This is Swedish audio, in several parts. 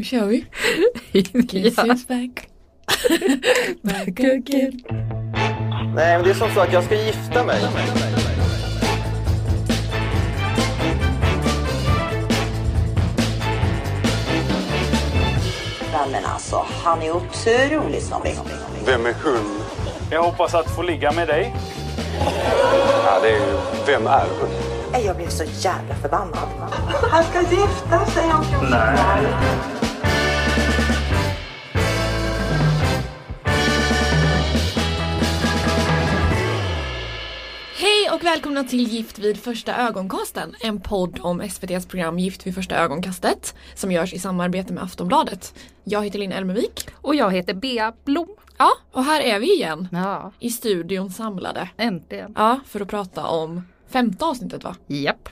Nu kör vi. Kiss is back. Back again. Nej, men det är som så att jag ska gifta mig. Men alltså, han är otroligt snobbig. Vem är hon? Jag hoppas att få ligga med dig. Ja, det är ju... Vem är hon? Jag blev så jävla förbannad. Han ska gifta sig om 14 Nej. Hej och välkomna till Gift vid första ögonkasten. En podd om SVT:s program Gift vid första ögonkastet som görs i samarbete med Aftonbladet. Jag heter Linn Elmervik. Och jag heter Bea Blom. Ja, och här är vi igen. Ja, I studion samlade. äntligen. Ja, för att prata om 5:e avsnittet, va? Japp.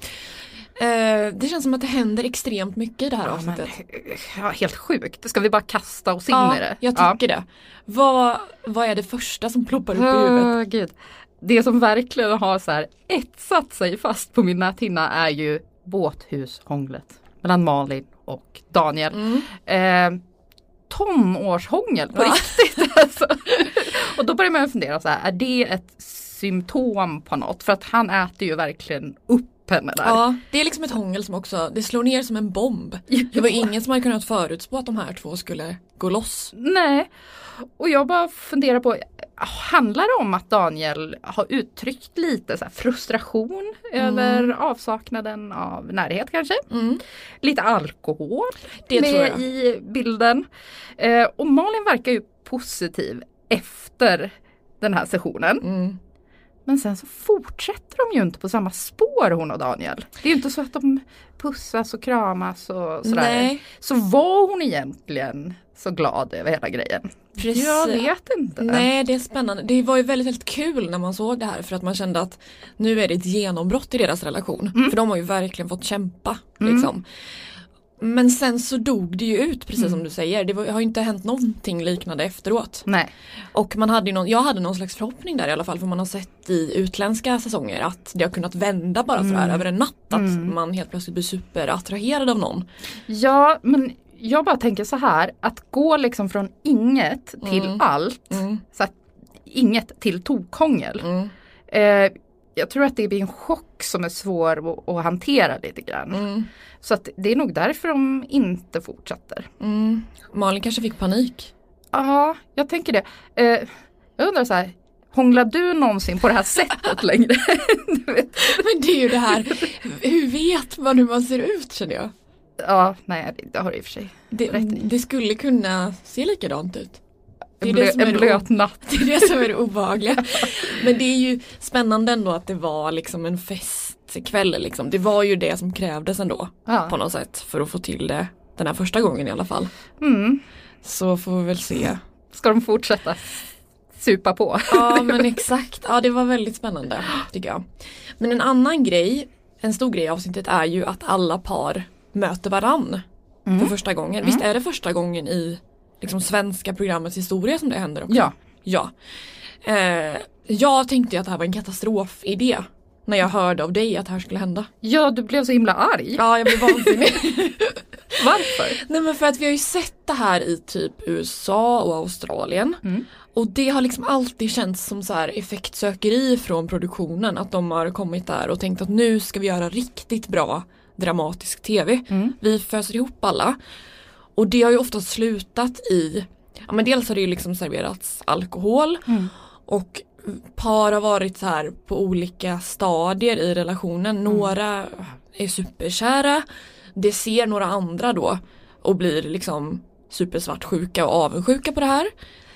Det känns som att det händer extremt mycket i det här avsnittet. Ja, helt sjukt. Ska vi bara kasta oss in i det? Jag tycker det. Vad är det första som ploppar upp i huvudet? Gud. Det som verkligen har så här etsat sig fast på min näthinna är ju båthushånglet mellan Malin och Daniel. Tonårshångel på riktigt. Alltså. Och då börjar man fundera så här, är det ett symptom på något? För att han äter ju verkligen upp henne där. Ja, det är liksom ett hångel som också, det slår ner som en bomb. Det var ingen som hade kunnat förutspå att de här två skulle gå loss. Nej, och jag bara funderar på, handlar det om att Daniel har uttryckt lite så här frustration över avsaknaden av närhet kanske? Lite alkohol Det med tror jag. i bilden. Och Malin verkar ju positiv efter den här sessionen. Men sen så fortsätter de ju inte på samma spår, hon och Daniel. Det är ju inte så att de pussas och kramas och sådär. Nej. Så var hon egentligen så glad över hela grejen? Precis. Jag vet inte. Nej, det är spännande. Det var ju väldigt, väldigt kul när man såg det här. För att man kände att nu är det ett genombrott i deras relation. För de har ju verkligen fått kämpa. Liksom. Men sen så dog det ju ut, precis som du säger. Det har ju inte hänt någonting liknande efteråt. Nej. Och man hade ju jag hade någon slags förhoppning där i alla fall. För man har sett i utländska säsonger att det har kunnat vända bara sådär över en natt. Att man helt plötsligt blir superattraherad av någon. Ja, men jag bara tänker så här. Att gå liksom från inget till allt. Så att inget till tokhångel. Jag tror att det blir en chock som är svår att hantera lite grann. Så att det är nog därför de inte fortsätter. Malin kanske fick panik. Ja, jag tänker det. Jag undrar så här, hånglar du någonsin på det här sättet längre? Du vet. Men det är ju det här, hur vet man hur man ser ut, känner jag? Ja, nej, det har du i och för sig rätt i. Det skulle kunna se likadant ut. Det är En blöt natt. Det är det som är det obehagliga. Men det är ju spännande ändå att det var liksom en festkväll. Liksom. Det var ju det som krävdes ändå på något sätt för att få till det den här första gången i alla fall. Så får vi väl se. Ska de fortsätta supa på? Ja, men exakt. Ja, det var väldigt spännande tycker jag. Men en annan grej, en stor grej i avsnittet är ju att alla par möter varann för första gången. Visst är det första gången i liksom svenska programmets historia som det händer också? Ja. Jag tänkte ju att det här var en katastrofidé när jag hörde av dig att det här skulle hända. Ja, du blev så himla arg. Ja, jag blev vansinnig. Varför? Nej, men för att vi har ju sett det här i typ USA och Australien. Och det har liksom alltid känts som så här effektsökeri från produktionen. Att de har kommit där och tänkt att nu ska vi göra riktigt bra dramatisk tv. Vi föser ihop alla. Och det har ju ofta slutat i, ja men dels har det ju liksom serverats alkohol och par har varit så här på olika stadier i relationen. Några är superkära, det ser några andra då och blir liksom supersvartsjuka och avundsjuka på det här.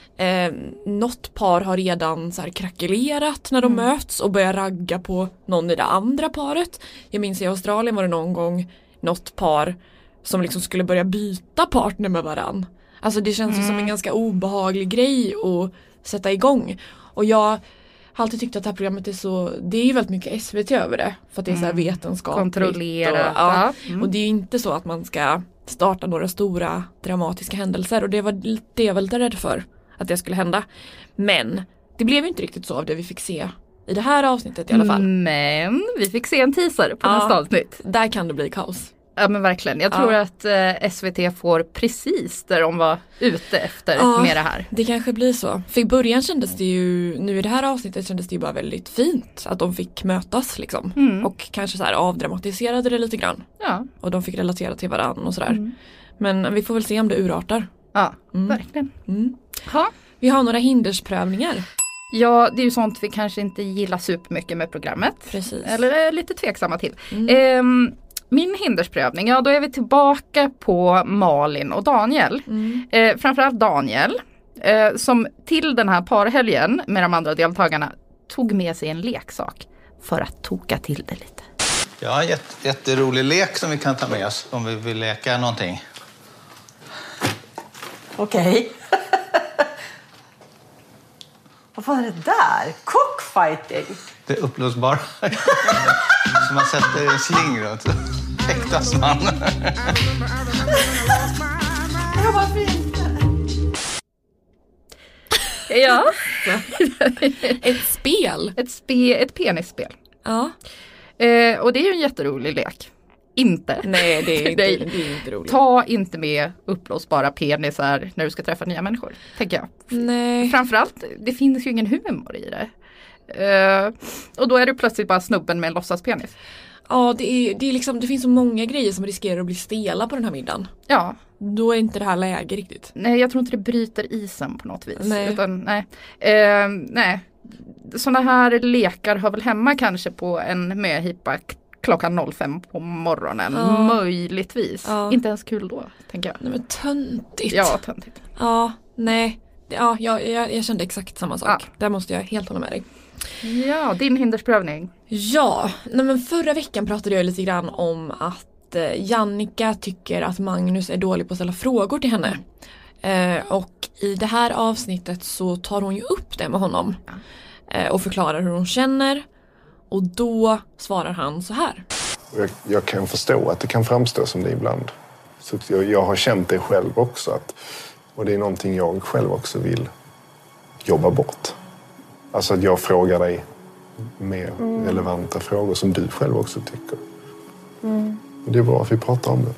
Något par har redan så här krackelerat när de möts och börjar ragga på någon i det andra paret. Jag minns i Australien var det någon gång något par som liksom skulle börja byta partner med varann. Alltså det känns ju som en ganska obehaglig grej att sätta igång. Och jag har alltid tyckt att det här programmet är så, det är ju väldigt mycket SVT över det. För att det är så här vetenskapligt. Kontrollerat. Och det är inte så att man ska starta några stora dramatiska händelser. Och det var det jag var lite rädd för att det skulle hända. Men det blev ju inte riktigt så av det vi fick se i det här avsnittet i alla fall. Men vi fick se en teaser på nästa avsnitt. Där kan det bli kaos. Ja men verkligen. Jag tror att SVT får precis där de var ute efter med det här. Det kanske blir så. För i början kändes det ju, nu i det här avsnittet kändes det ju bara väldigt fint att de fick mötas liksom. Och kanske så här avdramatiserade det lite grann. Ja. Och de fick relatera till varandra och sådär. Men vi får väl se om det urartar. Ja, verkligen. Vi har några hindersprövningar. Ja, det är ju sånt vi kanske inte gillar supermycket med programmet. Precis. Eller är lite tveksamma till. Min hindersprövning, då är vi tillbaka på Malin och Daniel. Framförallt Daniel, som till den här parhelgen med de andra deltagarna tog med sig en leksak för att toka till det lite. Ja, en jätterolig lek som vi kan ta med oss om vi vill leka någonting. Okej. Vad var det där? Cockfighting? Det är upplösbara. Så man sätter sling runt. Äktas man. Ja, varför inte? Ja. Ett spel. Ett penisspel. Ja. Och det är ju en jätterolig lek. Inte. Nej, det är inte roligt. Ta inte med upplåsbara penisar när du ska träffa nya människor, tänker jag. Nej. Framförallt, det finns ju ingen humor i det. Och då är det plötsligt bara snubben med en låtsaspenis. Ja, det är liksom, det finns så många grejer som riskerar att bli stela på den här middagen. Ja. Då är inte det här läge riktigt. Nej, jag tror inte det bryter isen på något vis. Nej. Utan, nej. Sådana här lekar har väl hemma kanske på en möhippa klockan 05 på morgonen. Möjligtvis. Inte ens kul då, tänker jag. Nej, men töntigt. Ja, töntigt. Ja, nej. Ja, jag kände exakt samma sak. Där måste jag helt hålla med dig. Ja, din hindersprövning. Ja, men förra veckan pratade jag lite grann om att Jannica tycker att Magnus är dålig på att ställa frågor till henne. Och i det här avsnittet så tar hon ju upp det med honom. Och förklarar hur hon känner. Och då svarar han så här. Jag kan förstå att det kan framstå som det ibland. Så jag har känt det själv också. Och det är någonting jag själv också vill jobba bort. Alltså att jag frågar dig mer relevanta frågor som du själv också tycker. Och det är bra att vi pratar om det.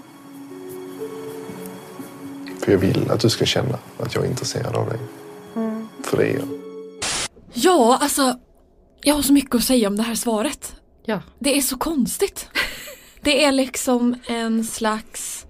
För jag vill att du ska känna att jag är intresserad av dig. För det är jag. Ja, alltså jag har så mycket att säga om det här svaret. Ja. Det är så konstigt. Det är liksom en slags...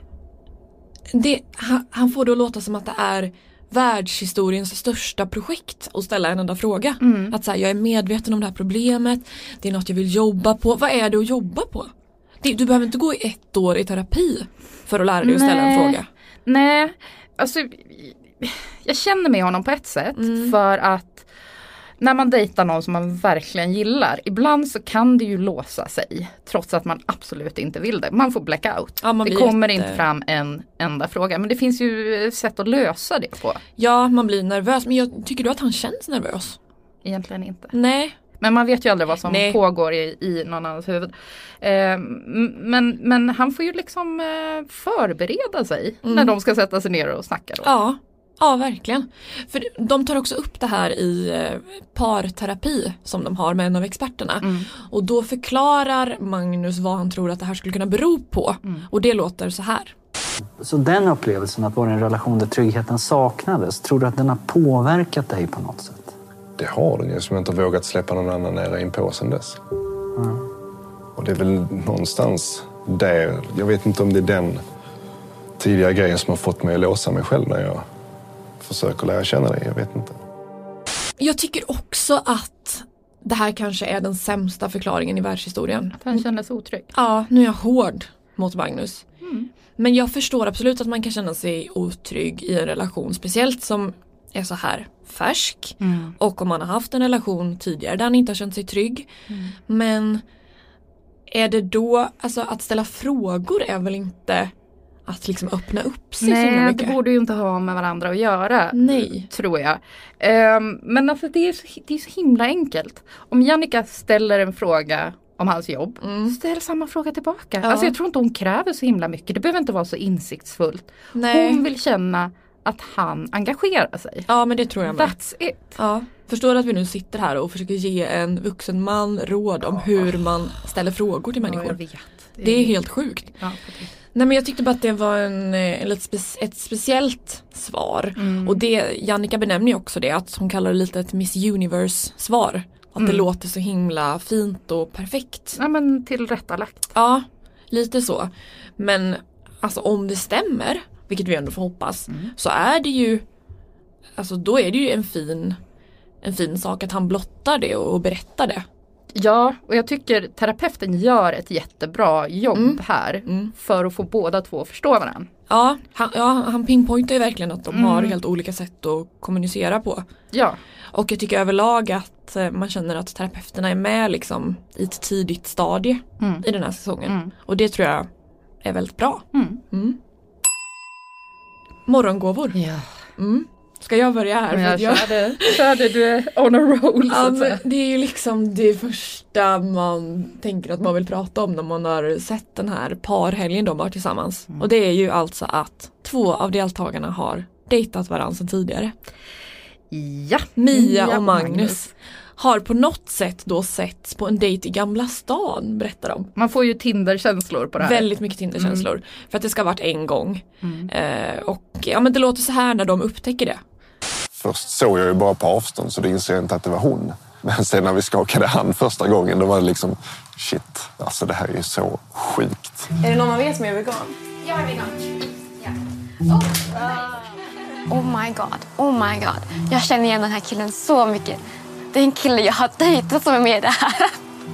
Han får det att låta som att det är världshistoriens största projekt att ställa en enda fråga. Att så här, jag är medveten om det här problemet. Det är något jag vill jobba på. Vad är det att jobba på? Du behöver inte gå i 1 år i terapi för att lära dig att ställa en fråga. Nej, alltså jag känner med honom på ett sätt. För att när man dejtar någon som man verkligen gillar, ibland så kan det ju låsa sig trots att man absolut inte vill det. Man får blackout. Ja, det kommer inte fram en enda fråga. Men det finns ju sätt att lösa det på. Ja, man blir nervös. Men tycker du att han känns nervös? Egentligen inte. Nej. Men man vet ju aldrig vad som pågår i någon annans huvud. Men han får ju liksom förbereda sig när de ska sätta sig ner och snacka då. Ja, verkligen. För de tar också upp det här i parterapi som de har med en av experterna. Och då förklarar Magnus vad han tror att det här skulle kunna bero på. Och det låter så här. Så den upplevelsen att vara i en relation där tryggheten saknades, tror du att den har påverkat dig på något sätt? Det har den ju, som jag inte har vågat släppa någon annan nära in på sen dess. Och det är väl någonstans där, jag vet inte om det är den tidiga grejen som har fått mig att låsa mig själv när jag försöker lära känna dig, jag vet inte. Jag tycker också att det här kanske är den sämsta förklaringen i världshistorien. Att han känner sig otrygg. Ja, nu är jag hård mot Magnus. Men jag förstår absolut att man kan känna sig otrygg i en relation, speciellt som är så här färsk. Och om man har haft en relation tidigare där han inte har känt sig trygg. Men är det då, alltså att ställa frågor är väl inte att liksom öppna upp sig så mycket? Nej, det borde ju inte ha med varandra att göra. Nej. Tror jag. Men alltså det är så himla enkelt. Om Jannica ställer en fråga om hans jobb, ställ samma fråga tillbaka. Alltså jag tror inte hon kräver så himla mycket. Det behöver inte vara så insiktsfullt. Nej. Hon vill känna att han engagerar sig. Ja, men det tror jag med. That's it. Ja. Förstår att vi nu sitter här och försöker ge en vuxen man råd om hur man ställer frågor till människor. Ja, jag vet. Det är helt sjukt. Ja, Nej, men jag tyckte bara att det var ett speciellt svar. Och det, Jannica benämner ju också det, att hon kallar det lite ett Miss Universe-svar. Att det låter så himla fint och perfekt. Ja, men tillrättalagt. Ja, lite så. Men alltså om det stämmer, vilket vi ändå får hoppas, så är det ju, alltså då är det ju en fin sak att han blottar det och berättar det. Ja, och jag tycker terapeuten gör ett jättebra jobb här för att få båda två att förstå varandra. Ja, han pinpointar ju verkligen att de har helt olika sätt att kommunicera på. Ja. Och jag tycker överlag att man känner att terapeuterna är med liksom i ett tidigt stadie i den här säsongen. Och det tror jag är väldigt bra. Morgongåvor. Ja. Ska jag börja här? Men jag körde du är on a roll. Ja, men det är ju liksom det första man tänker att man vill prata om när man har sett den här parhelgen de har tillsammans. Och det är ju alltså att 2 av deltagarna har dejtat varandra sedan tidigare. Ja. Mia och Magnus har på något sätt då setts på en dejt i Gamla stan, berättar de. Man får ju Tinder-känslor på det här. Väldigt mycket Tinder-känslor. För att det ska ha varit en gång. Och ja, men det låter så här när de upptäcker det. Först såg jag ju bara på avstånd så det insåg jag inte att det var hon. Men sen när vi skakade hand första gången då var det liksom shit, alltså det här är ju så sjukt. Är det någon av er som är vegan? Jag är vegan. Ja. Oh my god. Jag känner igen den här killen så mycket. Det är en kille jag har dejtat som är med i det här.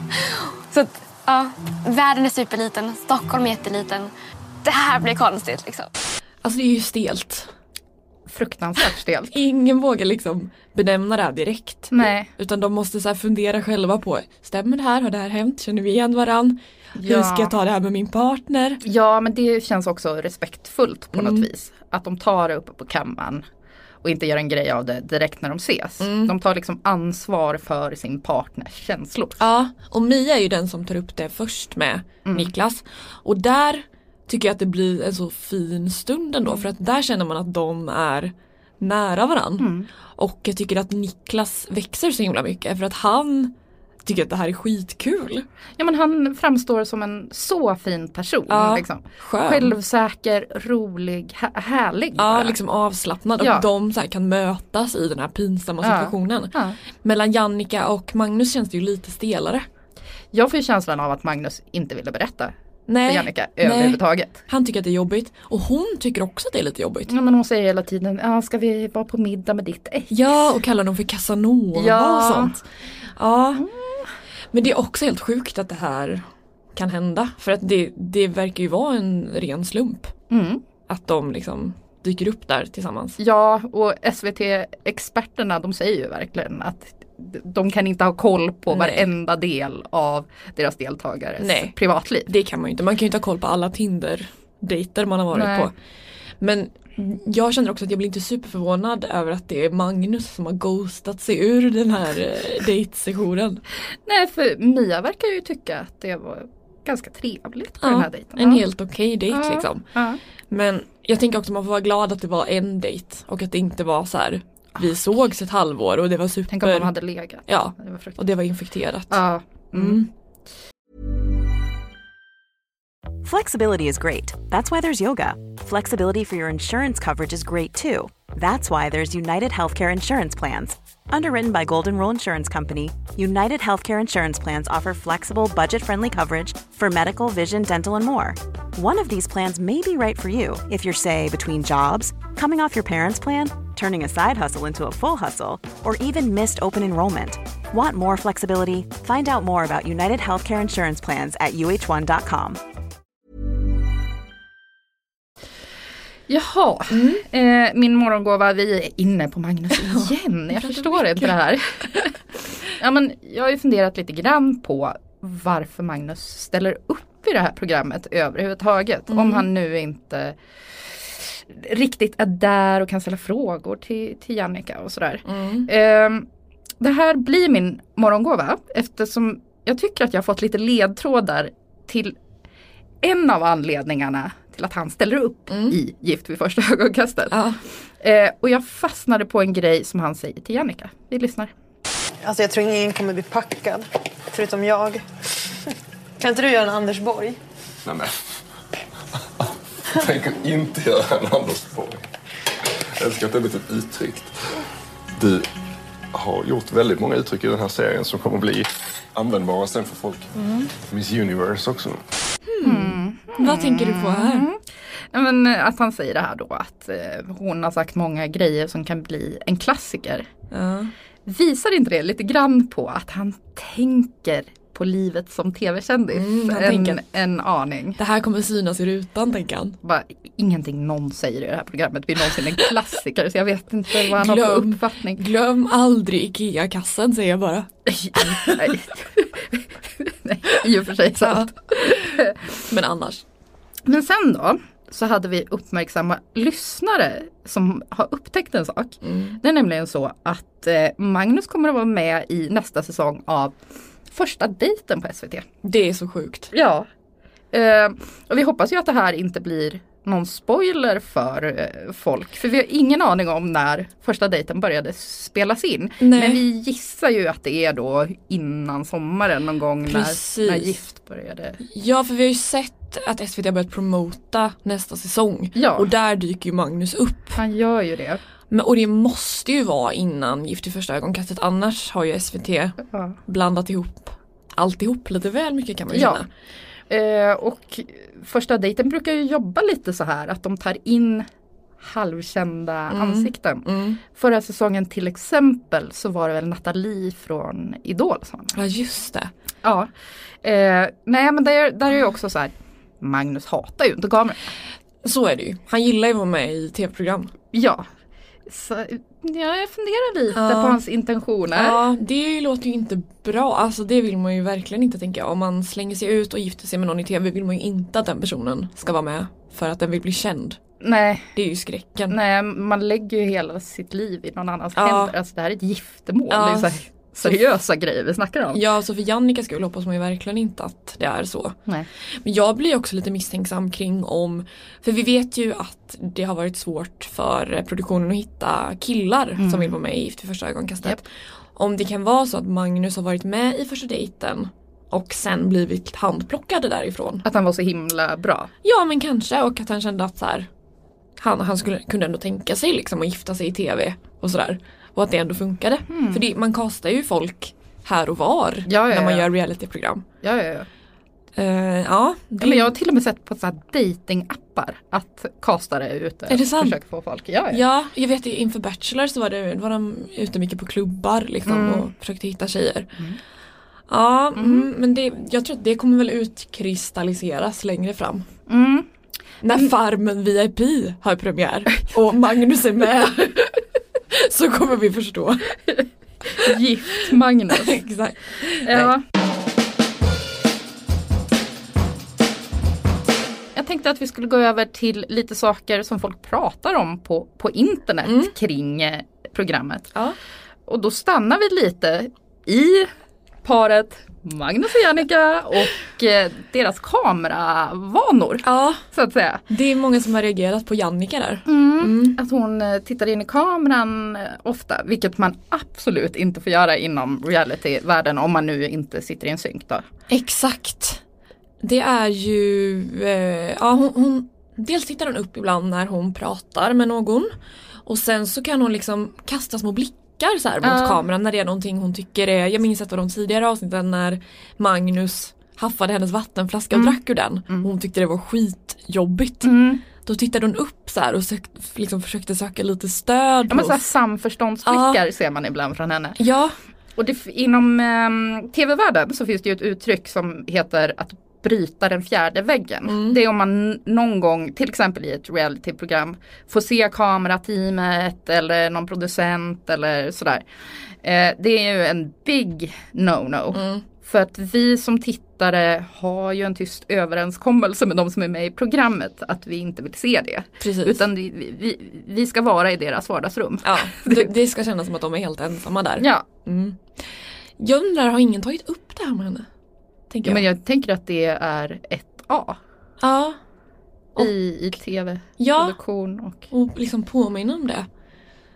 Så att, ja, världen är superliten, Stockholm är jätteliten. Det här blir konstigt liksom. Alltså det är ju stelt. Fruktansvärt stelt. Ingen vågar liksom benämna det här direkt. Nej. Utan de måste så här fundera själva på, stämmer det här? Har det här hänt? Känner vi igen varann? Hur ska jag ta det här med min partner? Ja, men det känns också respektfullt på något vis. Att de tar det uppe på kammaren och inte gör en grej av det direkt när de ses. De tar liksom ansvar för sin partners känslor. Ja, och Mia är ju den som tar upp det först med Niklas. Och där tycker jag att det blir en så fin stund ändå. För att där känner man att de är nära varann. Och jag tycker att Niklas växer så himla mycket. För att han tycker att det här är skitkul. Ja, men han framstår som en så fin person. Ja, liksom. skön. Självsäker, rolig, härlig. Ja, liksom avslappnad. Och de så här kan mötas i den här pinsamma situationen. Ja. Mellan Jannica och Magnus känns det ju lite stelare. Jag får ju känslan av att Magnus inte ville berätta för Jannica överhuvudtaget. Han tycker att det är jobbigt. Och hon tycker också att det är lite jobbigt. Ja, men hon säger hela tiden, ska vi vara på middag med ditt ex? Ja, och kallar dem för Casanova och sånt. Ja. Men det är också helt sjukt att det här kan hända. För att det verkar ju vara en ren slump. Att de liksom dyker upp där tillsammans. Ja, och SVT-experterna de säger ju verkligen att de kan inte ha koll på varenda del av deras deltagares privatliv. Det kan man ju inte. Man kan ju inte ha koll på alla Tinder-dejter man har varit på. Men jag känner också att jag blir inte superförvånad över att det är Magnus som har ghostat sig ur den här dejtsessionen. Nej, för Mia verkar ju tycka att det var ganska trevligt på den här dejten. En helt okej dejt liksom. Men jag tänker också att man får vara glad att det var en dejt och att det inte var så här vi sågs ett halvår och det var super. Tänk om de hade legat. Ja, och det var infekterat. Flexibility is great. That's why there's yoga. Flexibility for your insurance coverage is great too. That's why there's United Healthcare Insurance Plans. Underwritten by Golden Rule Insurance Company, United Healthcare Insurance Plans offer flexible, budget-friendly coverage for medical, vision, dental, and more. One of these plans may be right for you if you're, say, between jobs, coming off your parents' plan, turning a side hustle into a full hustle, or even missed open enrollment. Want more flexibility? Find out more about United Healthcare Insurance Plans at uh1.com. Jaha, min morgongåva, vi är inne på Magnus igen. Jag förstår inte det här. Ja, men jag har ju funderat lite grann på varför Magnus ställer upp i det här programmet överhuvudtaget. Om han nu inte riktigt är där och kan ställa frågor till Jannica och sådär. Det här blir min morgongåva eftersom jag tycker att jag har fått lite ledtrådar till en av anledningarna till att han ställer upp i Gift vid första ögonkastet. Och jag fastnade på en grej som han säger till Jannica. Vi lyssnar. Alltså jag tror ingen kommer bli packad, förutom jag. Kan inte du göra en Anders Borg? Nej men. Jag tänker inte göra en Anders Borg. Jag älskar att det är lite uttryckt. Du har gjort väldigt många uttryck i den här serien som kommer bli användbara sen för folk. Miss Universe också. Vad tänker du på här? Men att han säger det här då, att hon har sagt många grejer som kan bli en klassiker. Visar inte det lite grann på att han tänker på livet som tv-kändis? En aning. Det här kommer synas i rutan, tänker han. Bara, ingenting någon säger i det här programmet blir någonsin en klassiker, så jag vet inte vad han har för uppfattning. Glöm aldrig Ikea-kassen, säger jag bara. Nej. Nej, i och för sig sant. Men annars. Men sen då så hade vi uppmärksamma lyssnare som har upptäckt en sak. Det är nämligen så att Magnus kommer att vara med i nästa säsong av Första dejten på SVT. Det är så sjukt. Ja. Och vi hoppas ju att det här inte blir någon spoiler för folk. För vi har ingen aning om när Första dejten började spelas in. Nej. Men vi gissar ju att det är då innan sommaren någon gång när Gift började. Ja, för vi har ju sett att SVT har börjat promota nästa säsong. Ja. Och där dyker ju Magnus upp. Han gör ju det. Och det måste ju vara innan Gift i första ögonkastet. Annars har ju SVT blandat ihop alltihop lite väl mycket, kan man ju känna. Och Första dejten brukar ju jobba lite så här att de tar in halvkända ansikten. Förra säsongen till exempel så var det väl Nathalie från Idol. Ja, just det. Ja. Nej, men där är ju också så här, Magnus hatar ju inte kameran. Så är det ju. Han gillar ju att vara med i tv-program. Ja. Så, jag funderar lite på hans intentioner. Ja, det låter ju inte bra. Alltså det vill man ju verkligen inte, tänka jag. Om man slänger sig ut och gifter sig med någon i tv vill man ju inte att den personen ska vara med för att den vill bli känd. Nej. Det är ju skräcken. Nej, man lägger ju hela sitt liv i någon annans händer. Alltså det här är ett giftermål. Det är så här seriösa grejer vi snackar om. Ja, så för Jannica skulle hoppas man ju verkligen inte att det är så. Nej. Men jag blir också lite misstänksam kring för vi vet ju att det har varit svårt för produktionen att hitta killar som vill vara med i Gift i första ögonkastet. Yep. Om det kan vara så att Magnus har varit med i Första dejten och sen blivit handplockade därifrån. Att han var så himla bra. Ja, men kanske. Och att han kände att så här, han kunde ändå tänka sig liksom att gifta sig i tv och sådär. Och att det ändå funkade. För man kastar ju folk här och var när man gör realityprogram. Ja. Men jag har till och med sett på så här datingappar att kastare är ute. Är det sant? Försöker få folk. Ja, jag vet ju inför Bachelor så var de ute mycket på klubbar liksom, och försökte hitta tjejer. Men jag tror att det kommer väl utkristalliseras längre fram. När Farmen VIP har premiär och Magnus är med så kommer vi förstå. Gift Magnus. Exakt. Ja. Jag tänkte att vi skulle gå över till lite saker som folk pratar om på internet kring programmet. Ja. Och då stannar vi lite i paret Magnus och Jannica och deras kameravanor. Ja, så att säga. Det är många som har reagerat på Jannica där. Att hon tittar in i kameran ofta, vilket man absolut inte får göra inom reality-världen om man nu inte sitter i en synk då. Exakt. Det är ju hon dels tittar hon upp ibland när hon pratar med någon och sen så kan hon liksom kasta små blickar så här mot kameran när det är någonting hon tycker är. Jag minns ett av de tidigare avsnitten när Magnus haffade hennes vattenflaska och drack ur den. Hon tyckte det var skitjobbigt. Då tittade hon upp så här och liksom försökte söka lite stöd. Ja, men så här samförståndsblickar ser man ibland från henne. Ja. Och inom tv-världen så finns det ju ett uttryck som heter att bryta den fjärde väggen. Det är om man någon gång, till exempel i ett realityprogram, får se kamerateamet eller någon producent eller sådär. Det är ju en big no-no. För att vi som tittare har ju en tyst överenskommelse med de som är med i programmet att vi inte vill se det. Precis. Utan vi ska vara i deras vardagsrum. Ja, det ska kännas som att de är helt ensamma där. Ja. Jag undrar, har ingen tagit upp det här med henne? Men jag tänker att det är ett A. Ja. I tv-produktion. Och liksom påminna om det.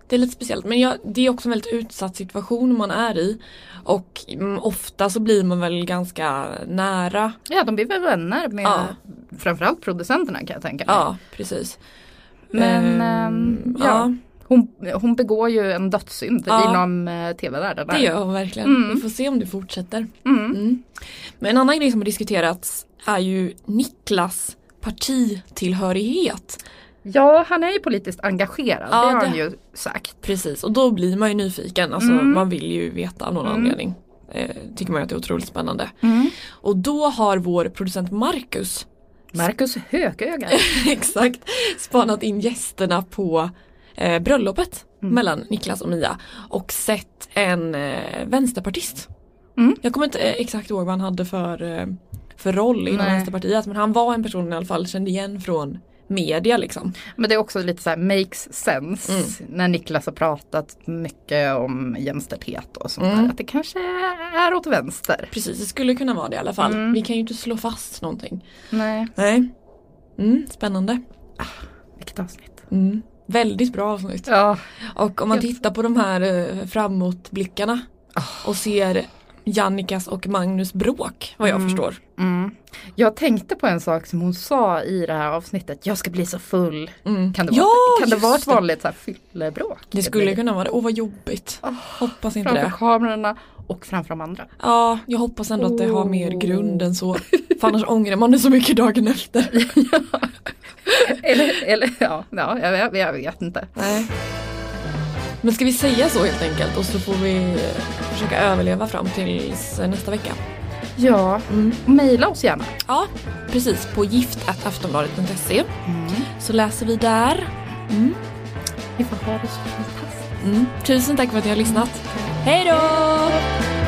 det är lite speciellt. Men det är också en väldigt utsatt situation man är i. Och ofta så blir man väl ganska nära. Ja, de blir väl vänner med framförallt producenterna, kan jag tänka mig. Ja, precis. Men hon begår ju en dödssynd inom tv-världen. Det gör hon verkligen. Vi får se om det fortsätter. Men en annan grej som har diskuterats är ju Niklas partitillhörighet. Ja, han är ju politiskt engagerad, det har han ju sagt. Precis, och då blir man ju nyfiken. Alltså man vill ju veta av någon anledning. Tycker man att det är otroligt spännande. Och då har vår producent Marcus Hököga exakt, spanat in gästerna på bröllopet mellan Niklas och Mia och sett en vänsterpartist. Jag kommer inte exakt ihåg vad han hade för roll inom Vänsterpartiet, men han var en person i alla fall kände igen från media liksom. Men det är också lite så här makes sense när Niklas har pratat mycket om jämställdhet och sånt där, att det kanske är åt vänster. Precis, det skulle kunna vara det i alla fall. Vi kan ju inte slå fast någonting. Nej. Spännande. Vilket avsnitt. Väldigt bra avsnitt. Ja. Och om man tittar på de här framåtblickarna och ser Jannikas och Magnus bråk, vad jag förstår. Jag tänkte på en sak som hon sa i det här avsnittet. Jag ska bli så full. Kan det vara ett vanligt så här fyllebråk? Det skulle kunna vara det. Vad jobbigt. Hoppas inte framför det. kamerorna och framför de andra. Ja, jag hoppas ändå att det har mer grund än så. För annars ångrar man det så mycket dagen efter. jag vet inte. Nej. Men ska vi säga så helt enkelt och så får vi försöka överleva fram tills nästa vecka. Ja, mejla oss gärna. Ja, precis. På gift@aftonbladet.se så läser vi där. Vi får ha det så fantastiskt. Tusen tack för att ni har lyssnat. Hej då!